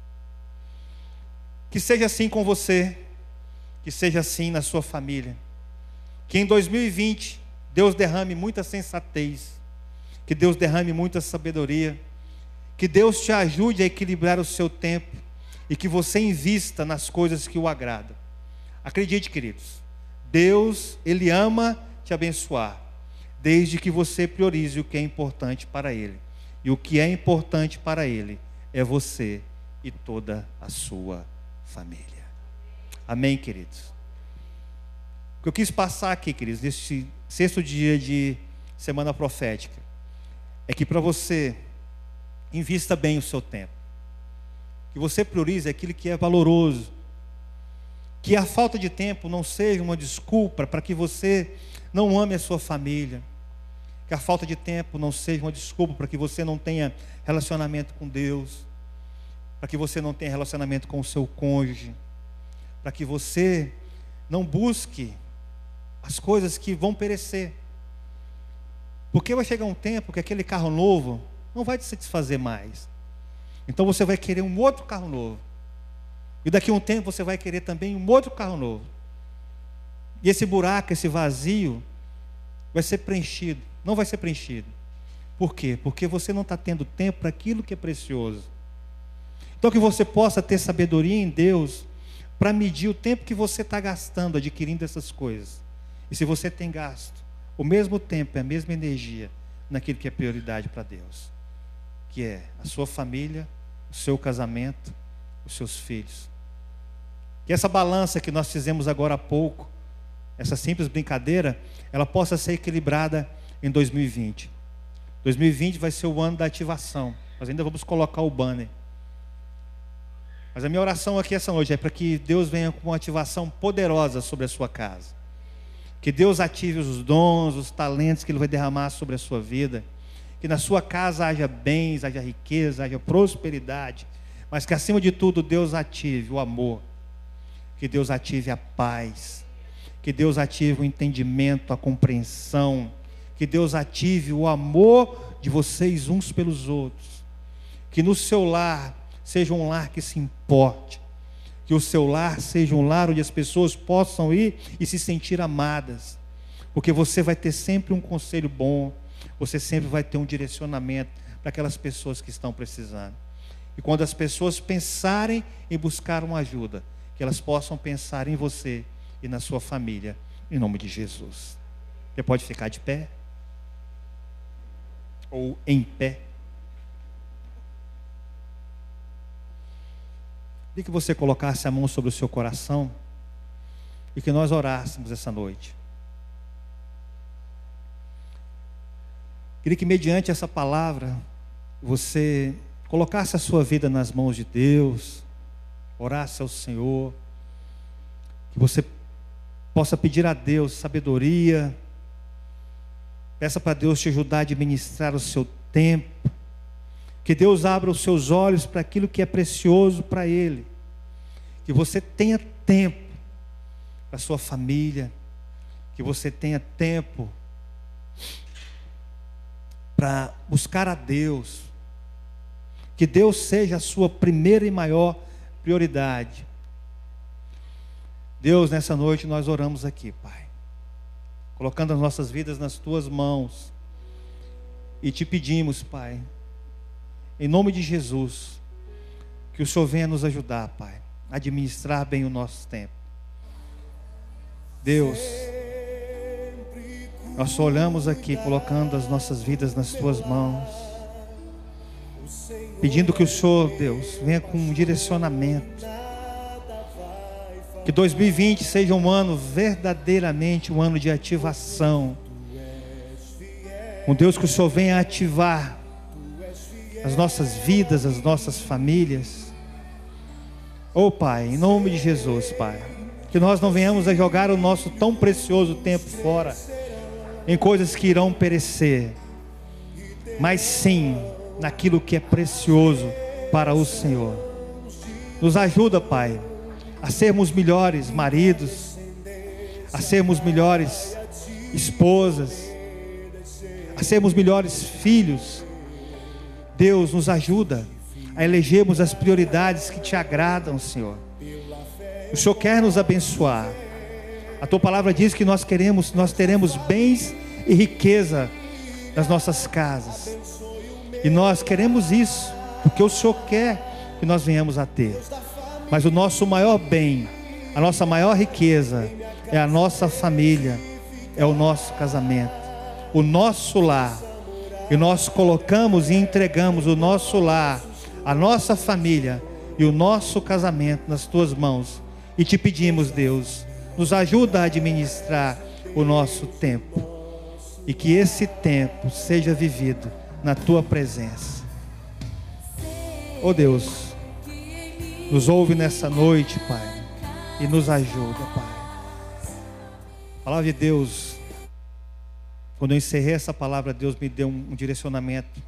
Que seja assim com você, que seja assim na sua família. Que em 2020 Deus derrame muita sensatez, que Deus derrame muita sabedoria, que Deus te ajude a equilibrar o seu tempo e que você invista nas coisas que o agradam. Acredite, queridos, Deus, Ele ama te abençoar, desde que você priorize o que é importante para Ele. E o que é importante para Ele é você e toda a sua família. Amém, queridos? O que eu quis passar aqui, queridos, neste 6º dia de semana profética, é que para você invista bem o seu tempo, que você priorize aquilo que é valoroso, que a falta de tempo não seja uma desculpa para que você não ame a sua família, que a falta de tempo não seja uma desculpa para que você não tenha relacionamento com Deus, para que você não tenha relacionamento com o seu cônjuge, para que você não busque as coisas que vão perecer, porque vai chegar um tempo que aquele carro novo não vai te satisfazer mais, então você vai querer um outro carro novo, e daqui a um tempo você vai querer também um outro carro novo, e esse buraco, esse vazio vai ser preenchido, não vai ser preenchido. Por quê? Porque você não está tendo tempo para aquilo que é precioso. Então que você possa ter sabedoria em Deus para medir o tempo que você está gastando adquirindo essas coisas. E se você tem gasto o mesmo tempo, a mesma energia naquilo que é prioridade para Deus, que é a sua família, o seu casamento, os seus filhos. Que essa balança que nós fizemos agora há pouco, essa simples brincadeira, ela possa ser equilibrada em 2020. 2020 vai ser o ano da ativação. Nós ainda vamos colocar o banner. Mas a minha oração aqui essa noite é para que Deus venha com uma ativação poderosa sobre a sua casa. Que Deus ative os dons, os talentos que Ele vai derramar sobre a sua vida. Que na sua casa haja bens, haja riqueza, haja prosperidade. Mas que acima de tudo Deus ative o amor. Que Deus ative a paz, que Deus ative o entendimento, a compreensão, que Deus ative o amor de vocês uns pelos outros. Que no seu lar seja um lar que se importe, que o seu lar seja um lar onde as pessoas possam ir e se sentir amadas, porque você vai ter sempre um conselho bom, você sempre vai ter um direcionamento para aquelas pessoas que estão precisando. E quando as pessoas pensarem em buscar uma ajuda, que elas possam pensar em você e na sua família, em nome de Jesus. Você pode ficar de pé, ou em pé. Queria que você colocasse a mão sobre o seu coração e que nós orássemos essa noite. Queria que mediante essa palavra você colocasse a sua vida nas mãos de Deus, orasse ao Senhor, que você possa pedir a Deus sabedoria, peça para Deus te ajudar a administrar o seu tempo, que Deus abra os seus olhos para aquilo que é precioso para Ele, que você tenha tempo para a sua família, que você tenha tempo para buscar a Deus, que Deus seja a sua primeira e maior prioridade. Deus, nessa noite nós oramos aqui, Pai, colocando as nossas vidas nas Tuas mãos, e te pedimos, Pai, em nome de Jesus, que o Senhor venha nos ajudar, Pai, a administrar bem o nosso tempo. Deus, nós só olhamos aqui, colocando as nossas vidas nas Tuas mãos, pedindo que o Senhor, Deus, venha com um direcionamento, que 2020 seja um ano verdadeiramente um ano de ativação, um Deus que o Senhor venha ativar as nossas vidas, as nossas famílias. Oh Pai, em nome de Jesus, Pai, que nós não venhamos a jogar o nosso tão precioso tempo fora em coisas que irão perecer, mas sim naquilo que é precioso para o Senhor. Nos ajuda, Pai, a sermos melhores maridos, a sermos melhores esposas, a sermos melhores filhos. Deus, nos ajuda a elegermos as prioridades que Te agradam, Senhor. O Senhor quer nos abençoar. A Tua palavra diz que nós teremos bens e riqueza nas nossas casas. E nós queremos isso, porque o Senhor quer que nós venhamos a ter. Mas o nosso maior bem, a nossa maior riqueza é a nossa família, é o nosso casamento, o nosso lar. E nós colocamos e entregamos o nosso lar, a nossa família e o nosso casamento nas Tuas mãos. E Te pedimos, Deus, nos ajuda a administrar o nosso tempo, e que esse tempo seja vivido na Tua presença. Oh Deus, nos ouve nessa noite, Pai, e nos ajuda, Pai. A palavra de Deus, quando eu encerrei essa palavra, Deus me deu um direcionamento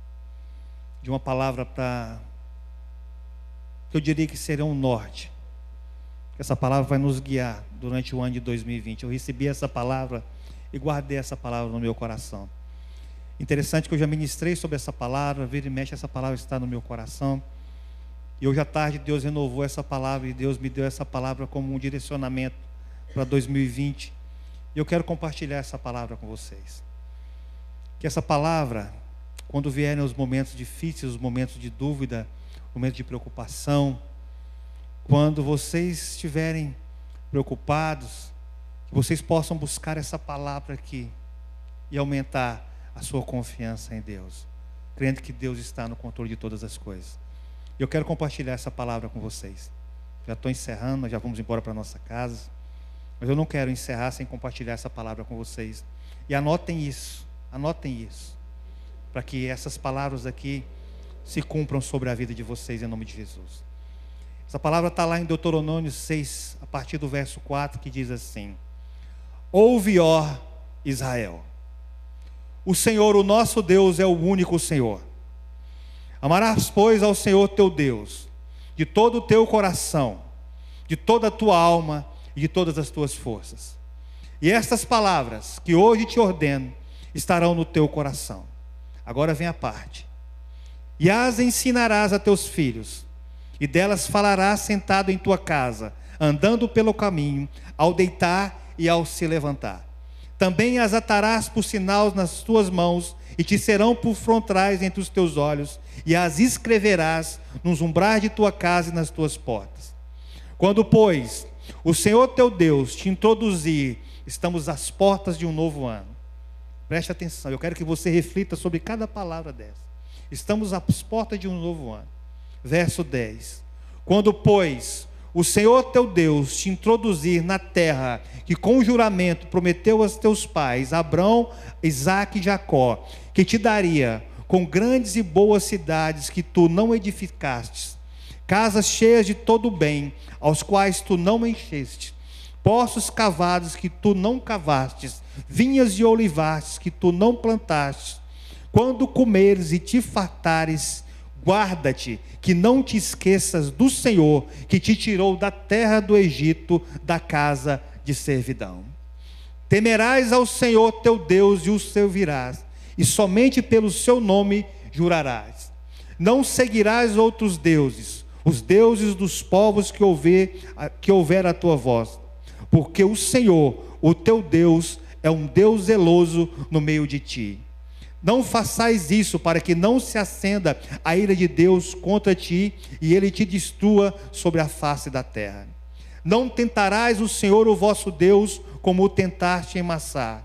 de uma palavra para, que eu diria que seria um norte. Essa palavra vai nos guiar durante o ano de 2020. Eu recebi essa palavra e guardei essa palavra no meu coração. Interessante que eu já ministrei sobre essa palavra, vira e mexe, essa palavra está no meu coração. E hoje à tarde Deus renovou essa palavra e Deus me deu essa palavra como um direcionamento para 2020. E eu quero compartilhar essa palavra com vocês. Que essa palavra, quando vierem os momentos difíceis, os momentos de dúvida, momentos de preocupação, quando vocês estiverem preocupados, que vocês possam buscar essa palavra aqui e aumentar a sua confiança em Deus, crendo que Deus está no controle de todas as coisas. Eu quero compartilhar essa palavra com vocês. Já estou encerrando, nós já vamos embora para a nossa casa, mas eu não quero encerrar sem compartilhar essa palavra com vocês. E anotem isso, para que essas palavras aqui se cumpram sobre a vida de vocês, em nome de Jesus. Essa palavra está lá em Deuteronômio 6, a partir do verso 4, que diz assim: Ouve, ó Israel, o Senhor, o nosso Deus, é o único Senhor. Amarás, pois, ao Senhor teu Deus de todo o teu coração, de toda a tua alma e de todas as tuas forças. E estas palavras que hoje te ordeno estarão no teu coração. Agora vem a parte. E as ensinarás a teus filhos, e delas falarás sentado em tua casa, andando pelo caminho, ao deitar e ao se levantar. Também as atarás por sinal nas tuas mãos, e te serão por frontais entre os teus olhos, e as escreverás nos umbrais de tua casa e nas tuas portas. Quando, pois, o Senhor teu Deus te introduzir, estamos às portas de um novo ano. Preste atenção, eu quero que você reflita sobre cada palavra dessa. Estamos às portas de um novo ano. Verso 10. Quando, pois, o Senhor teu Deus te introduzir na terra que com juramento prometeu aos teus pais, Abrão, Isaque e Jacó, que te daria com grandes e boas cidades que tu não edificastes, casas cheias de todo o bem, aos quais tu não encheste, poços cavados que tu não cavastes, vinhas e olivastes que tu não plantastes. Quando comeres e te fartares, guarda-te, que não te esqueças do Senhor, que te tirou da terra do Egito, da casa de servidão. Temerás ao Senhor teu Deus e o servirás, e somente pelo seu nome jurarás. Não seguirás outros deuses, os deuses dos povos que houver a tua voz, porque o Senhor, o teu Deus, é um Deus zeloso no meio de ti. Não façais isso, para que não se acenda a ira de Deus contra ti, e ele te destrua sobre a face da terra. Não tentarás o Senhor, o vosso Deus, como o tentaste em Massá.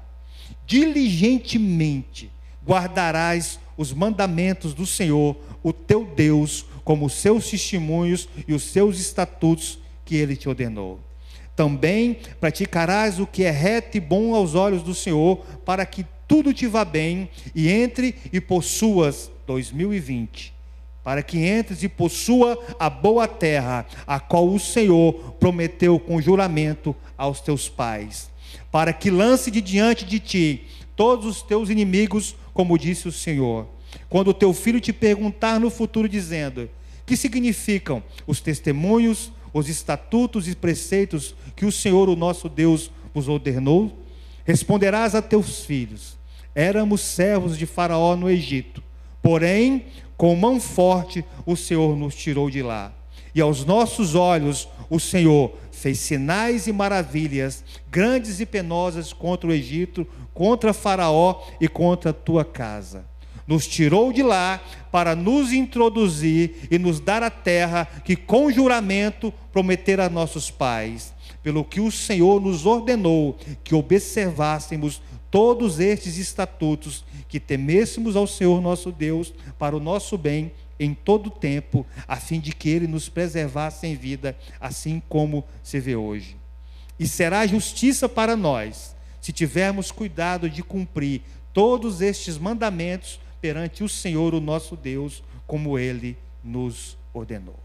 Diligentemente guardarás os mandamentos do Senhor, o teu Deus, como os seus testemunhos e os seus estatutos que ele te ordenou. Também praticarás o que é reto e bom aos olhos do Senhor, para que tudo te vá bem, e entre e possuas 2020, para que entres e possua a boa terra, a qual o Senhor prometeu com juramento aos teus pais, para que lance de diante de ti todos os teus inimigos, como disse o Senhor. Quando o teu filho te perguntar no futuro, dizendo: que significam os testemunhos, os estatutos e preceitos que o Senhor, o nosso Deus, vos ordenou? Responderás a teus filhos: éramos servos de Faraó no Egito, porém, com mão forte, o Senhor nos tirou de lá. E aos nossos olhos, o Senhor fez sinais e maravilhas, grandes e penosas contra o Egito, contra Faraó e contra a tua casa. Nos tirou de lá para nos introduzir e nos dar a terra que com juramento prometera a nossos pais, pelo que o Senhor nos ordenou que observássemos todos estes estatutos, que temêssemos ao Senhor nosso Deus para o nosso bem em todo o tempo, a fim de que ele nos preservasse em vida, assim como se vê hoje. E será justiça para nós, se tivermos cuidado de cumprir todos estes mandamentos perante o Senhor, o nosso Deus, como ele nos ordenou.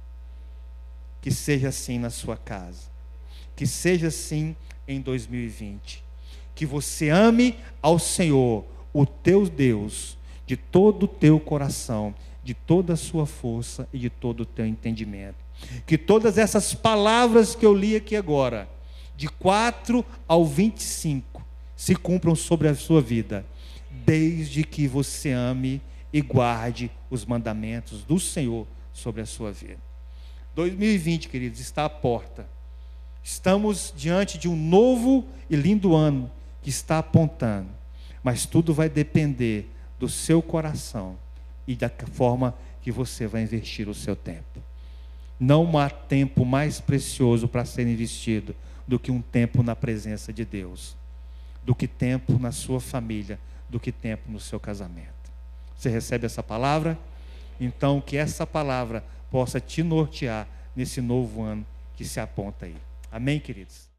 Que seja assim na sua casa, que seja assim em 2020, que você ame ao Senhor, o teu Deus, de todo o teu coração, de toda a sua força e de todo o teu entendimento. Que todas essas palavras que eu li aqui agora, de 4 ao 25, se cumpram sobre a sua vida, desde que você ame e guarde os mandamentos do Senhor sobre a sua vida. 2020, queridos, está à porta. Estamos diante de um novo e lindo ano que está apontando, mas tudo vai depender do seu coração e da forma que você vai investir o seu tempo. Não há tempo mais precioso para ser investido do que um tempo na presença de Deus, do que tempo na sua família, do que tempo no seu casamento. Você recebe essa palavra? Então, que essa palavra possa te nortear nesse novo ano que se aponta aí. Amém, queridos?